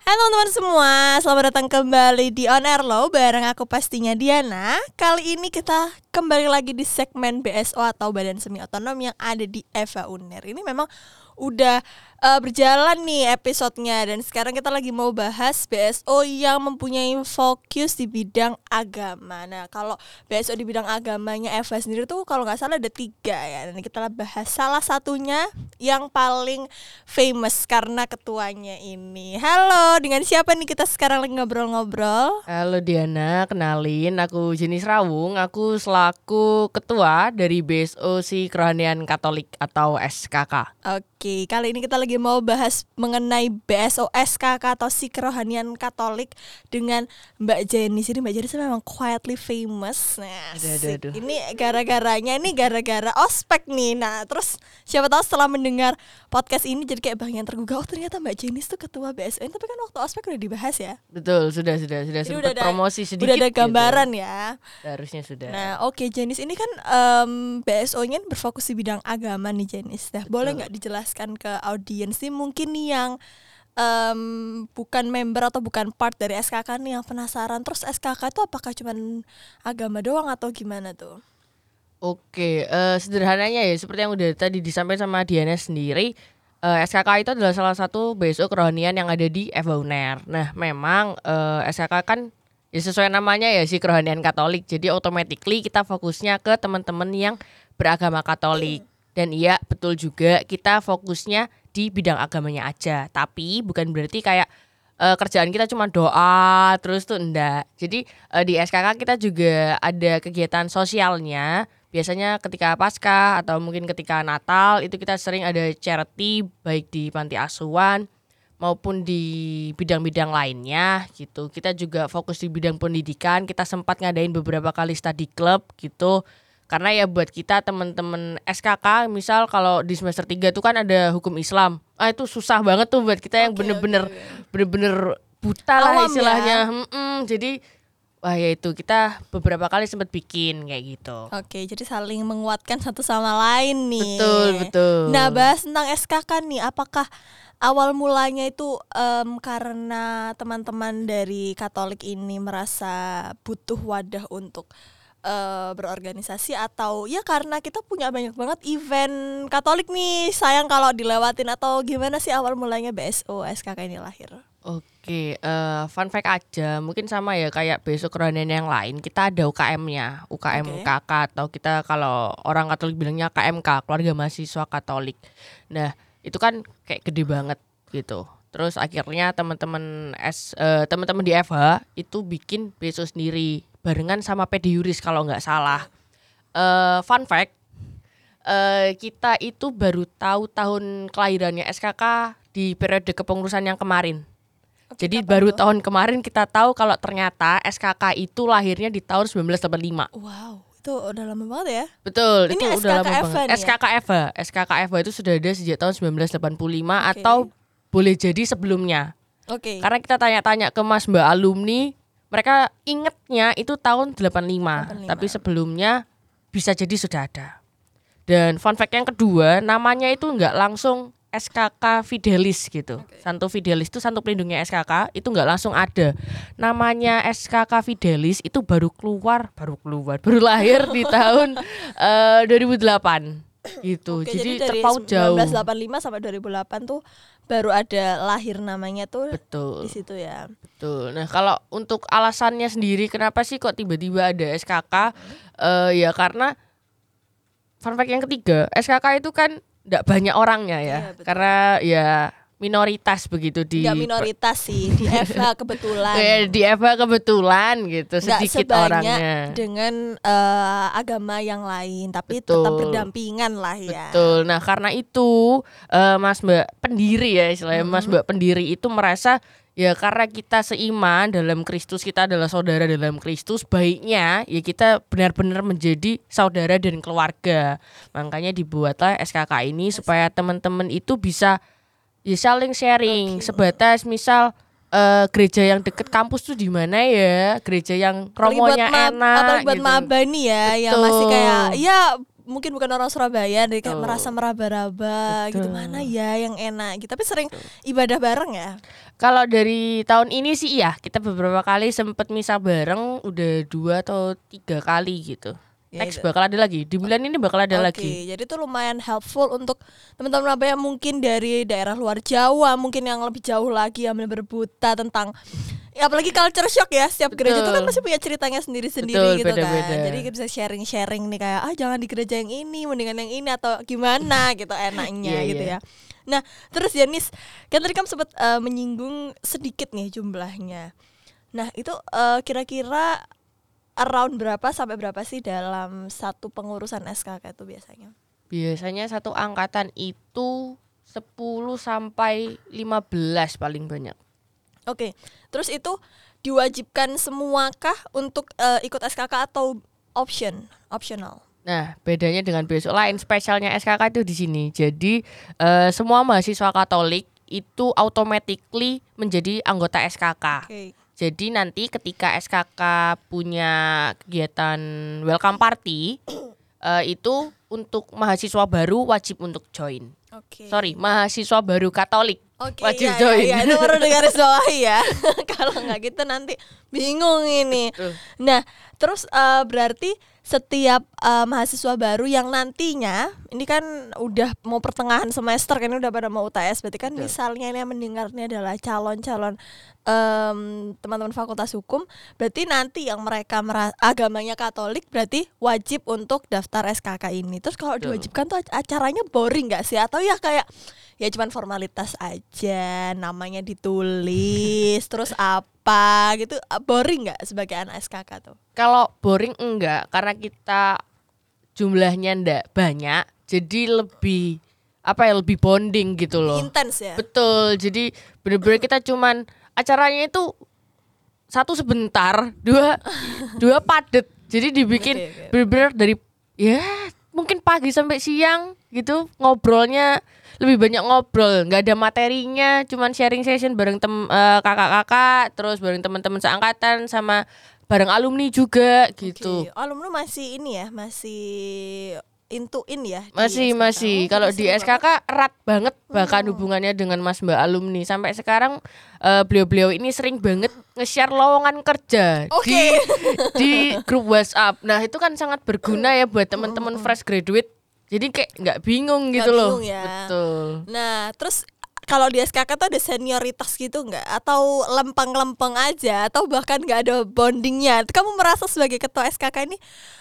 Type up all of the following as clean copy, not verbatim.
Hai teman-teman semua, selamat datang kembali di On Air Low bareng aku pastinya Diana. Kali ini kita kembali lagi di segmen BSO atau Badan Semi Otonom yang ada di Eva Uner. Ini memang udah berjalan nih episodenya dan sekarang kita lagi mau bahas BSO yang mempunyai fokus di bidang agama. Nah kalau BSO di bidang agamanya Eva sendiri tuh kalau nggak salah ada 3 ya. Dan kita bahas salah satunya yang paling famous karena ketuanya ini. Halo, dengan siapa nih kita sekarang lagi ngobrol-ngobrol? Halo Diana, kenalin aku Jenis Rawung. Aku selaku ketua dari BSO Si Kerohanian Katolik atau SKK. Oke, kali ini kita lagi mau bahas mengenai BSO SKK atau Si Kerohanian Katolik dengan Mbak Jenis. Ini Mbak Jenis memang quietly famous. Nah, Aduh. ini gara-gara ospek nih. Nah, terus siapa tahu setelah mendengar podcast ini jadi kayak banyak yang tergugah. Oh ternyata Mbak Jenis tuh ketua BSO. Tapi kan waktu ospek udah dibahas ya. Betul, sudah sempat promosi sedikit. Udah ada gambaran gitu. ya. Harusnya sudah. Nah, oke, Jenis ini kan BSO-nya berfokus di bidang agama nih Jenis. Nah, boleh nggak dijelaskan ke audiens nih mungkin nih yang bukan member atau bukan part dari SKK nih yang penasaran. Terus SKK itu apakah cuman agama doang atau gimana tuh? Oke, sederhananya ya seperti yang udah tadi disampaikan sama Diana sendiri. SKK itu adalah salah satu BSO kerohanian yang ada di Eva Uner. Nah, memang SKK kan ya sesuai namanya ya Si Kerohanian Katolik. Jadi automatically kita fokusnya ke teman-teman yang beragama Katolik. Dan iya betul juga kita fokusnya di bidang agamanya aja. Tapi bukan berarti kayak kerjaan kita cuma doa terus tuh enggak. Jadi di SKK kita juga ada kegiatan sosialnya. Biasanya ketika Paskah atau mungkin ketika Natal itu kita sering ada charity baik di panti asuhan maupun di bidang-bidang lainnya gitu. Kita juga fokus di bidang pendidikan. Kita sempat ngadain beberapa kali study club gitu. Karena ya buat kita teman-teman SKK misal kalau di semester 3 tuh kan ada hukum Islam. Itu susah banget tuh buat kita yang bener-bener buta lah istilahnya. Jadi wah ya itu kita beberapa kali sempat bikin kayak gitu. Oke, jadi saling menguatkan satu sama lain nih. Betul. Nah, bahas tentang SKK nih, apakah awal mulanya itu karena teman-teman dari Katolik ini merasa butuh wadah untuk berorganisasi atau ya karena kita punya banyak banget event Katolik nih, sayang kalau dilewatin atau gimana sih awal mulanya BSO SKK ini lahir? Oke, fun fact aja, mungkin sama ya kayak BSO kerohanian yang lain, kita ada UKM-nya, UKM KK atau kita kalau orang Katolik bilangnya KMK, Keluarga Mahasiswa Katolik. Nah, itu kan kayak gede banget gitu. Terus akhirnya teman-teman di FH itu bikin BSO sendiri barengan sama PD Yuris kalau nggak salah. Fun fact, kita itu baru tahu tahun kelahirannya SKK di periode kepengurusan yang kemarin. Jadi baru tahun kemarin kita tahu kalau ternyata SKK itu lahirnya di tahun 1985. Wow, itu udah lama banget ya? Betul, ini itu SKK udah lama Eva banget. SKK Eva itu sudah ada sejak tahun 1985 atau boleh jadi sebelumnya. Karena kita tanya-tanya ke Mas Mbak alumni, mereka ingetnya itu tahun 85. Tapi sebelumnya bisa jadi sudah ada. Dan fun fact yang kedua, namanya itu enggak langsung SKK Fidelis gitu. Santo Fidelis itu santo pelindungnya SKK, itu enggak langsung ada. Namanya SKK Fidelis itu baru lahir di tahun 2008 gitu. Jadi dari terpaut jauh. 1985 sampai 2008 tuh baru ada lahir namanya tuh. Betul. Di situ ya. Betul. Nah, kalau untuk alasannya sendiri kenapa sih kok tiba-tiba ada SKK? Ya karena fun fact yang ketiga, SKK itu kan enggak banyak orangnya ya. Karena ya minoritas begitu di. Enggak minoritas sih, di FH kebetulan. Di FH kebetulan gitu, sedikit orangnya. Dengan agama yang lain, tapi Betul. tetap berdampingan lah ya. Betul. Nah, karena itu Mas Mbak pendiri ya istilahnya, Mas Mbak pendiri itu merasa ya karena kita seiman dalam Kristus, kita adalah saudara dalam Kristus, baiknya ya kita benar-benar menjadi saudara dan keluarga. Makanya dibuatlah SKK ini supaya teman-teman itu bisa ya saling sharing. Sebatas misal gereja yang deket kampus tuh di mana ya, gereja yang romonya enak apalagi buat gitu. maba nih ya. Betul. Yang masih kayak ya mungkin bukan orang Surabaya, jadi kayak Betul. merasa meraba-raba gitu, Betul. mana ya yang enak gitu. Tapi sering ibadah bareng ya. Kalau dari tahun ini sih iya, kita beberapa kali sempet misa bareng, udah 2 atau 3 kali gitu. Ya, Next itu. bakal ada lagi, di bulan ini bakal ada Oke, lagi. jadi itu lumayan helpful untuk teman-teman apa yang mungkin dari daerah luar Jawa, mungkin yang lebih jauh lagi yang benar-benar buta tentang ya, apalagi culture shock ya. Setiap gereja itu kan Betul. pasti punya ceritanya sendiri-sendiri Betul, gitu beda-beda. kan. Jadi kita bisa sharing-sharing nih kayak jangan di gereja yang ini, mendingan yang ini atau gimana gitu enaknya Iya, gitu iya. ya. Nah, terus Yanis, kan tadi kamu sempat menyinggung sedikit nih jumlahnya. Nah, itu kira-kira around berapa sampai berapa sih dalam satu pengurusan SKK itu biasanya? Biasanya satu angkatan itu 10 sampai 15 paling banyak. Oke, terus itu diwajibkan semuakah untuk ikut SKK atau optional? Nah, bedanya dengan besok lain, spesialnya SKK itu di sini. Jadi semua mahasiswa Katolik itu automatically menjadi anggota SKK. Oke. Jadi nanti ketika SKK punya kegiatan welcome party itu untuk mahasiswa baru wajib untuk join. Oke. Sorry, mahasiswa baru Katolik Oke, wajib iya, join. iya, itu perlu digarisbawahi ya. Kalau nggak gitu nanti bingung ini. Betul. Nah, terus berarti setiap mahasiswa baru yang nantinya ini kan udah mau pertengahan semester kan, udah pada mau UTS, berarti kan Betul. misalnya ini yang mendengarnya adalah calon-calon teman-teman fakultas hukum, berarti nanti yang mereka agamanya Katolik berarti wajib untuk daftar SKK ini. Terus kalau Betul. diwajibkan tuh acaranya boring nggak sih, atau ya kayak ya cuman formalitas aja, namanya ditulis terus apa gitu, boring nggak sebagai anak SKK tuh? Kalau boring enggak, karena kita jumlahnya ndak banyak, jadi lebih lebih bonding gitu loh. Intens ya. Betul, jadi bener-bener kita cuman acaranya itu satu sebentar, dua padet. Jadi dibikin Oke. bener-bener dari ya mungkin pagi sampai siang gitu, ngobrolnya lebih banyak ngobrol, nggak ada materinya, cuman sharing session bareng kakak-kakak, terus bareng teman-teman seangkatan sama bareng alumni juga gitu. Oke. Alumni masih ini ya, masih intuin ya di Masih SKK. Oh, kalau jadi di seru SKK erat banget bahkan hubungannya dengan Mas Mbak alumni. Sampai sekarang beliau-beliau ini sering banget nge-share lowongan kerja Oke. di grup WhatsApp. Nah, itu kan sangat berguna ya buat teman-teman fresh graduate. Jadi kayak nggak bingung Nggak gitu loh. bingung ya. Betul. Nah, terus kalau di SKK tuh ada senioritas gitu nggak? Atau lempeng-lempeng aja? Atau bahkan nggak ada bondingnya? Kamu merasa sebagai ketua SKK ini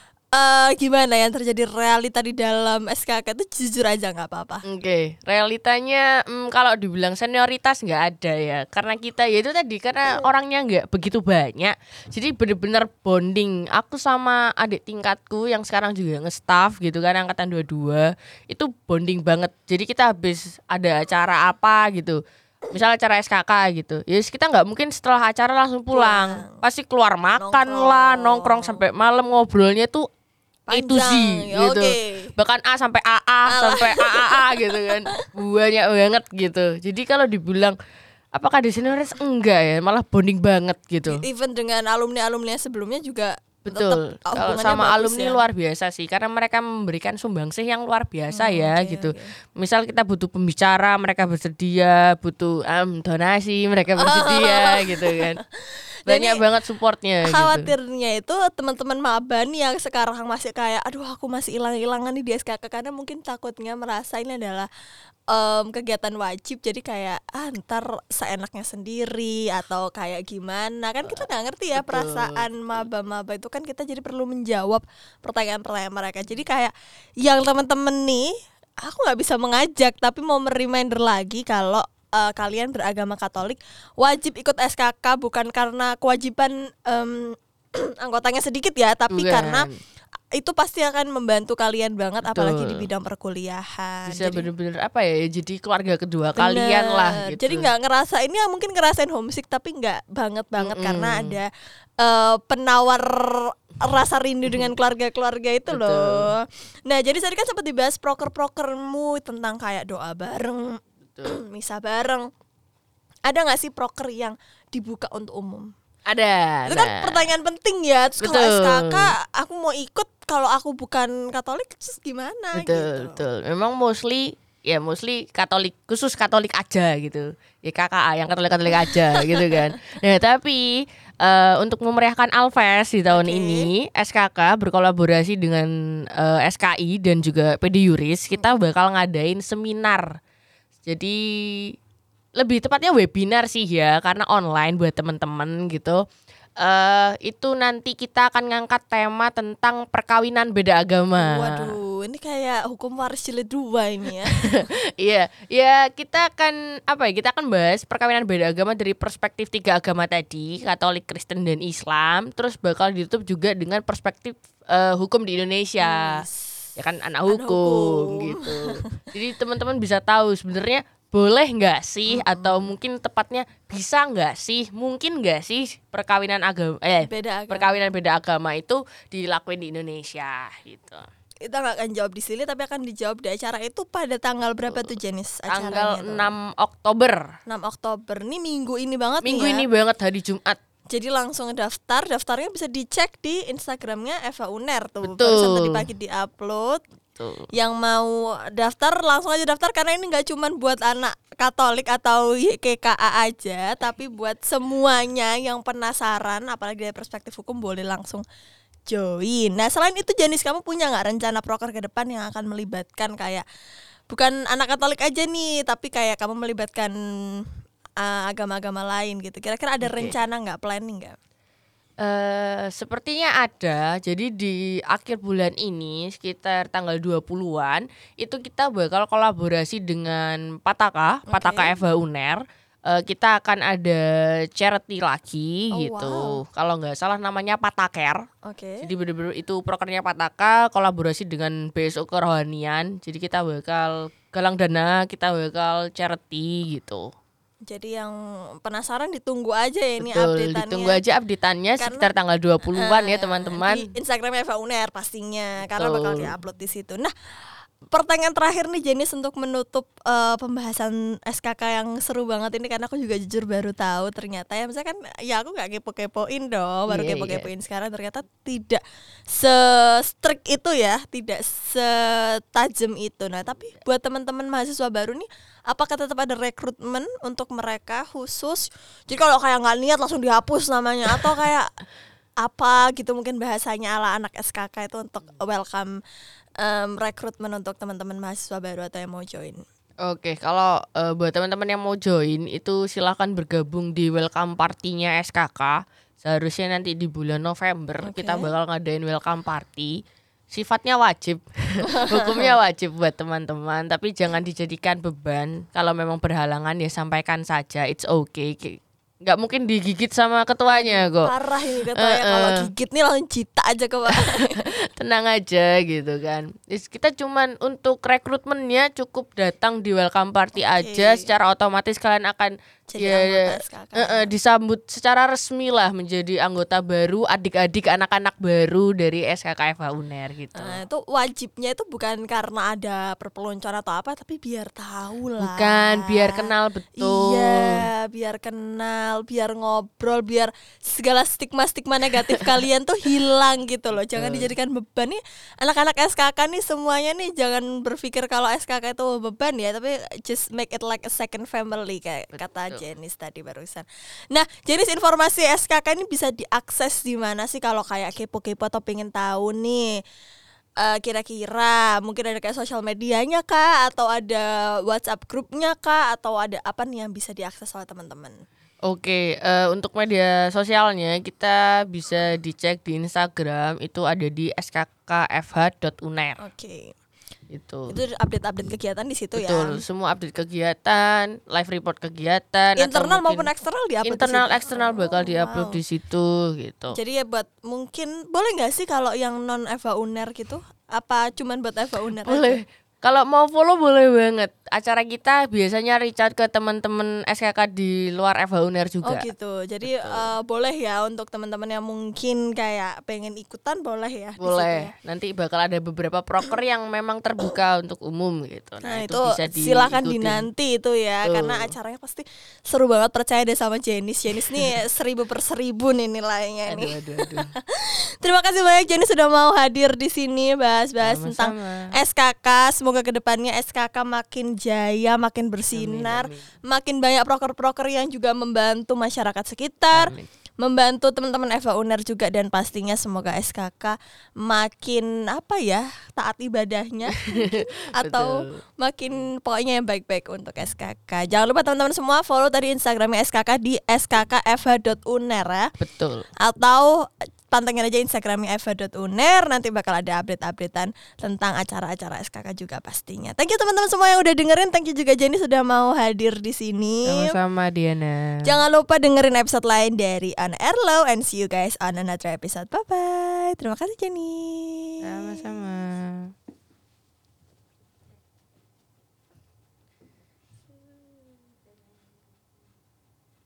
gimana yang terjadi realita di dalam SKK itu, jujur aja nggak apa-apa. Oke, realitanya kalau dibilang senioritas nggak ada ya, karena kita ya itu tadi karena orangnya nggak begitu banyak, jadi bener-bener bonding. Aku sama adik tingkatku yang sekarang juga nge-staff gitu kan, angkatan 22 itu bonding banget. Jadi kita habis ada acara apa gitu, misalnya acara SKK gitu, ya kita nggak mungkin setelah acara langsung pulang, pasti keluar makan lah, nongkrong sampai malam, ngobrolnya tuh itu sih ya, gitu. oke. Bahkan A sampai AA sampai AAA gitu kan. Banyak banget gitu. Jadi kalau dibilang apakah di senioritas enggak ya, malah bonding banget gitu. Even dengan alumni-alumni sebelumnya juga Betul. tetap Kalau hubungannya sama bagus alumni ya. luar biasa sih, karena mereka memberikan sumbangsih yang luar biasa ya oke, gitu. oke. Misal kita butuh pembicara, mereka bersedia, butuh donasi, mereka bersedia gitu kan. Banyak Jadi, banget supportnya gitu. khawatirnya itu teman-teman maba nih yang sekarang masih kayak aduh aku masih hilang-hilangan nih di SKK, karena mungkin takutnya merasa ini adalah kegiatan wajib, jadi kayak ntar seenaknya sendiri atau kayak gimana, kan kita nggak ngerti ya. Betul. Perasaan maba-maba itu kan kita jadi perlu menjawab pertanyaan-pertanyaan mereka. Jadi kayak yang teman-teman nih, aku nggak bisa mengajak tapi mau reminder lagi kalau kalian beragama Katolik wajib ikut SKK, bukan karena kewajiban anggotanya sedikit ya, tapi Bukan. karena itu pasti akan membantu kalian banget. Betul. apalagi di bidang perkuliahan. Bisa Jadi, bener-bener jadi keluarga kedua bener. kalian lah gitu. Jadi nggak ngerasa ini ya, mungkin ngerasain homesick tapi nggak banget karena ada penawar rasa rindu dengan keluarga-keluarga itu Betul. loh. Nah, jadi tadi kan sempat dibahas proker-prokermu tentang kayak doa bareng, Betul. misa bareng. Ada nggak sih proker yang dibuka untuk umum? Ada. Itu kan pertanyaan penting ya. Terus kalau Betul. SKK aku mau ikut, kalau aku bukan Katolik terus gimana Betul, gitu. betul. Memang mostly Katolik, khusus Katolik aja gitu. Ya KKA yang Katolik aja gitu kan. Nah, tapi untuk memeriahkan Alfest di tahun Oke. ini, SKK berkolaborasi dengan SKI dan juga PD Yuris, kita bakal ngadain seminar. Jadi lebih tepatnya webinar sih ya, karena online buat teman-teman gitu. Itu nanti kita akan ngangkat tema tentang perkawinan beda agama. Waduh, ini kayak hukum waris jilid 2 ini ya. Iya, ya kita akan kita akan bahas perkawinan beda agama dari perspektif 3 agama tadi, Katolik, Kristen dan Islam. Terus bakal ditutup juga dengan perspektif hukum di Indonesia. Ya kan anak hukum gitu. Jadi teman-teman bisa tahu sebenarnya boleh nggak sih atau mungkin tepatnya bisa nggak sih, mungkin nggak sih perkawinan perkawinan beda agama itu dilakuin di Indonesia gitu. Kita nggak akan jawab di sini, tapi akan dijawab di acara itu pada tanggal berapa tuh jenis acaranya? Tanggal tuh? 6 Oktober. 6 Oktober. Ini minggu ini banget Minggu nih ya. ini banget, hari Jumat. Jadi langsung daftarnya bisa dicek di Instagramnya Eva Uner tuh. Betul. Barusan tadi pagi diupload. Yang mau daftar langsung aja daftar, karena ini nggak cuma buat anak Katolik atau YKKA aja, tapi buat semuanya yang penasaran, apalagi dari perspektif hukum boleh langsung join. Nah, selain itu Janis, kamu punya nggak rencana proker ke depan yang akan melibatkan kayak bukan anak Katolik aja nih, tapi kayak kamu melibatkan agama-agama lain gitu? Kira-kira ada rencana nggak, planning nggak? Sepertinya ada. Jadi di akhir bulan ini sekitar tanggal 20-an itu kita bakal kolaborasi dengan Pataka Eva Uner. Kita akan ada charity lagi gitu. Wow. Kalau nggak salah namanya Pataker. Oke. Jadi bener-bener itu prokernya Pataka kolaborasi dengan BSO Kerohanian. Jadi kita bakal galang dana, kita bakal charity gitu. Jadi yang penasaran ditunggu aja ya ini Betul, update-annya. ditunggu aja update-annya sekitar tanggal 20-an ya teman-teman. Di Instagram Eva Uner pastinya, karena Betul. bakal di-upload di situ. Nah, pertanyaan terakhir nih Jenis untuk menutup pembahasan SKK yang seru banget ini, karena aku juga jujur baru tahu ternyata ya, misalkan ya aku nggak kepo-kepoin dong, baru kepo-kepoin sekarang ternyata tidak se-strict itu ya, tidak setajam itu. Nah, tapi buat teman-teman mahasiswa baru nih, apakah tetap ada rekrutmen untuk mereka khusus? Jadi kalau kayak nggak niat langsung dihapus namanya, atau kayak apa gitu mungkin bahasanya ala anak SKK itu untuk welcome rekrutmen untuk teman-teman mahasiswa baru atau yang mau join? Oke, kalau buat teman-teman yang mau join itu silahkan bergabung di welcome party-nya SKK. Seharusnya nanti di bulan November kita bakal ngadain welcome party. Sifatnya wajib, hukumnya wajib buat teman-teman, tapi jangan dijadikan beban. Kalau memang berhalangan ya sampaikan saja, it's okay. Nggak mungkin digigit sama ketuanya kok. Parah ini ketuanya, kalau gigit nih langsung cita aja ke bawah. Tenang aja gitu kan. Kita cuman untuk rekrutmennya cukup datang di welcome party aja, secara otomatis kalian akan jadi disambut secara resmi lah menjadi anggota baru, adik-adik anak-anak baru dari SKK Eva Uner gitu. Nah, itu wajibnya itu bukan karena ada perpeloncoan atau apa, tapi biar tahu lah. Bukan, biar kenal betul. Iya, biar kenal, biar ngobrol, biar segala stigma-stigma negatif kalian tuh hilang gitu loh. Jangan dijadikan beban nih. Anak-anak SKK nih semuanya nih jangan berpikir kalau SKK itu beban ya, tapi just make it like a second family kayak kata Jenis tadi barusan. Nah, Jenis, informasi SKK ini bisa diakses di mana sih kalau kayak kepo-kepo atau pengen tahu nih? Kira-kira mungkin ada kayak sosial medianya kah, atau ada WhatsApp grupnya kah, atau ada apa nih yang bisa diakses oleh teman-teman? Oke, untuk media sosialnya kita bisa dicek di Instagram, itu ada di skkfh.uner. Oke. Itu update-update kegiatan di situ. betul, ya. Betul, semua update kegiatan, live report kegiatan, internal maupun eksternal diupload. Internal eksternal bakal diupload di situ gitu. Jadi ya buat mungkin boleh nggak sih kalau yang non Eva Uner gitu? Apa cuman buat Eva Uner boleh aja? Kalau mau follow boleh banget. Acara kita biasanya reach out ke teman-teman SKK di luar FH Uner juga. Oh gitu. Jadi boleh ya untuk teman-teman yang mungkin kayak pengen ikutan boleh ya. Di situ Boleh. ya. Nanti bakal ada beberapa proker yang memang terbuka untuk umum gitu. Nah itu bisa silakan diikutin. dinanti itu ya. Betul. Karena acaranya pasti seru banget, percaya deh sama Jenis. Jenis nih 1000/1000 nih nilainya nih. Aduh. Terima kasih banyak Jenis sudah mau hadir di sini bahas-bahas tentang SKK. Semoga kedepannya SKK makin jaya, makin bersinar, Amin. makin banyak proker-proker yang juga membantu masyarakat sekitar, Amin. membantu teman-teman FH Uner juga, dan pastinya semoga SKK makin taat ibadahnya atau makin pokoknya yang baik-baik untuk SKK. Jangan lupa teman-teman semua follow tadi Instagramnya SKK di skkfh.uner ya. Betul. Atau pantengin aja Instagramnya fh.uner, nanti bakal ada update-updatean tentang acara-acara SKK juga pastinya. Thank you teman-teman semua yang udah dengerin, thank you juga Jenny sudah mau hadir di sini. Sama-sama Diana. Jangan lupa dengerin episode lain dari On Air Low, and see you guys on another episode. Bye bye. Terima kasih Jenny. Sama-sama.